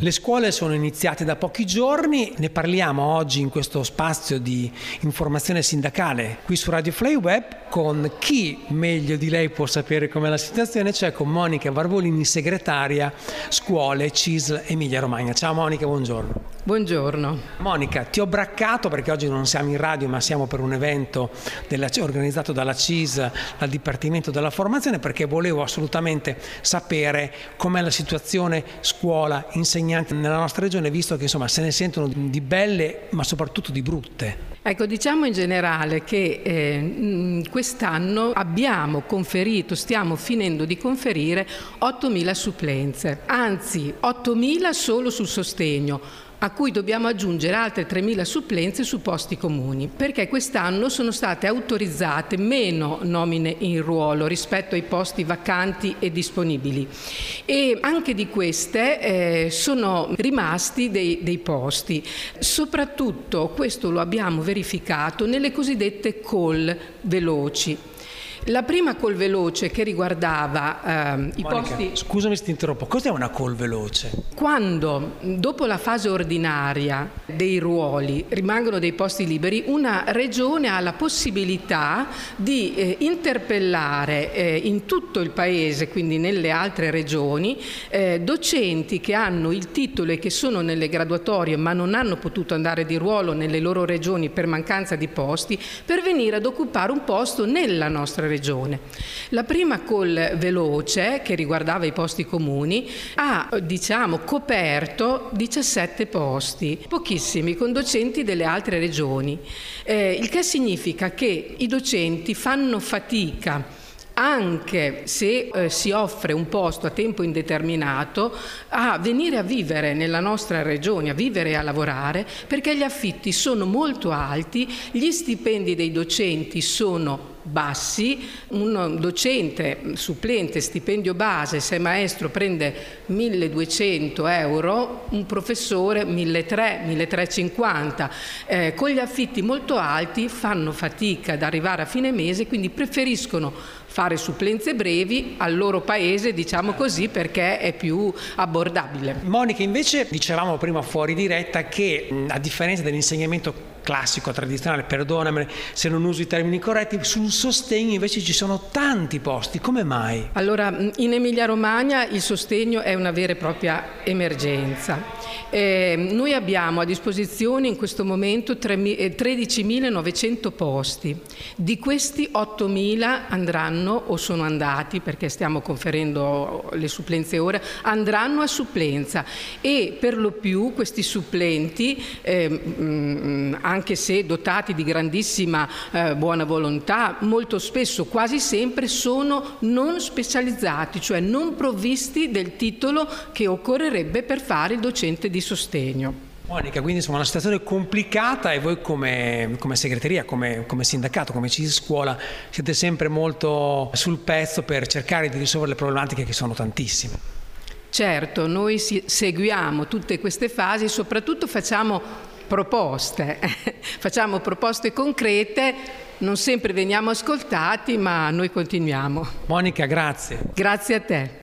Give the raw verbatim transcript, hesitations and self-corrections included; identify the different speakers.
Speaker 1: Le scuole sono iniziate da pochi giorni, ne parliamo oggi in questo spazio di informazione sindacale qui su Radio Fly Web con chi meglio di lei può sapere com'è la situazione, cioè con Monica Barbolini, segretaria Scuole C I S L Emilia Romagna. Ciao Monica, buongiorno.
Speaker 2: Buongiorno.
Speaker 1: Monica, ti ho braccato perché oggi non siamo in radio ma siamo per un evento della, organizzato dalla C I S L, dal Dipartimento della Formazione, perché volevo assolutamente sapere com'è la situazione scuola, insegnanti nella nostra regione, visto che insomma se ne sentono di belle ma soprattutto di brutte.
Speaker 2: Ecco, diciamo in generale che eh, quest'anno abbiamo conferito, stiamo finendo di conferire ottomila supplenze, anzi ottomila solo sul sostegno, a cui dobbiamo aggiungere altre tremila supplenze su posti comuni, perché quest'anno sono state autorizzate meno nomine in ruolo rispetto ai posti vacanti e disponibili, e anche di queste eh, sono rimasti dei, dei posti. Soprattutto questo lo abbiamo verificato nelle cosiddette call veloci. La prima call veloce che riguardava ehm, i
Speaker 1: Monica,
Speaker 2: posti...
Speaker 1: Scusami se ti interrompo, cos'è una call veloce?
Speaker 2: Quando dopo la fase ordinaria dei ruoli rimangono dei posti liberi, una regione ha la possibilità di eh, interpellare eh, in tutto il paese, quindi nelle altre regioni, eh, docenti che hanno il titolo e che sono nelle graduatorie ma non hanno potuto andare di ruolo nelle loro regioni per mancanza di posti, per venire ad occupare un posto nella nostra regione. Regione. La prima call veloce, che riguardava i posti comuni, ha diciamo coperto diciassette posti, pochissimi, con docenti delle altre regioni, eh, il che significa che i docenti fanno fatica, anche se eh, si offre un posto a tempo indeterminato, a venire a vivere nella nostra regione, a vivere e a lavorare, perché gli affitti sono molto alti, gli stipendi dei docenti sono bassi. Un docente supplente stipendio base, se è maestro, prende milleduecento euro, un professore milletrecento, milletrecentocinquanta. Eh, con gli affitti molto alti fanno fatica ad arrivare a fine mese, quindi preferiscono fare supplenze brevi al loro paese, diciamo così, perché è più abbordabile.
Speaker 1: Monica, invece dicevamo prima fuori diretta che a differenza dell'insegnamento classico, tradizionale, perdonami se non uso i termini corretti, sul sostegno invece ci sono tanti posti. Come mai?
Speaker 2: Allora, in Emilia Romagna il sostegno è una vera e propria emergenza. Eh, noi abbiamo a disposizione in questo momento tredicimilanovecento posti. Di questi ottomila andranno o sono andati, perché stiamo conferendo le supplenze ora, andranno a supplenza, e per lo più questi supplenti, eh, anche se dotati di grandissima eh, buona volontà, molto spesso, quasi sempre, sono non specializzati, cioè non provvisti del titolo che occorrerebbe per fare il docente di sostegno.
Speaker 1: Monica, quindi insomma una situazione complicata, e voi come, come segreteria, come, come sindacato, come C I S L Scuola siete sempre molto sul pezzo per cercare di risolvere le problematiche, che sono tantissime.
Speaker 2: Certo, noi seguiamo tutte queste fasi e soprattutto facciamo proposte, facciamo proposte concrete, non sempre veniamo ascoltati, ma noi continuiamo.
Speaker 1: Monica, grazie.
Speaker 2: Grazie a te.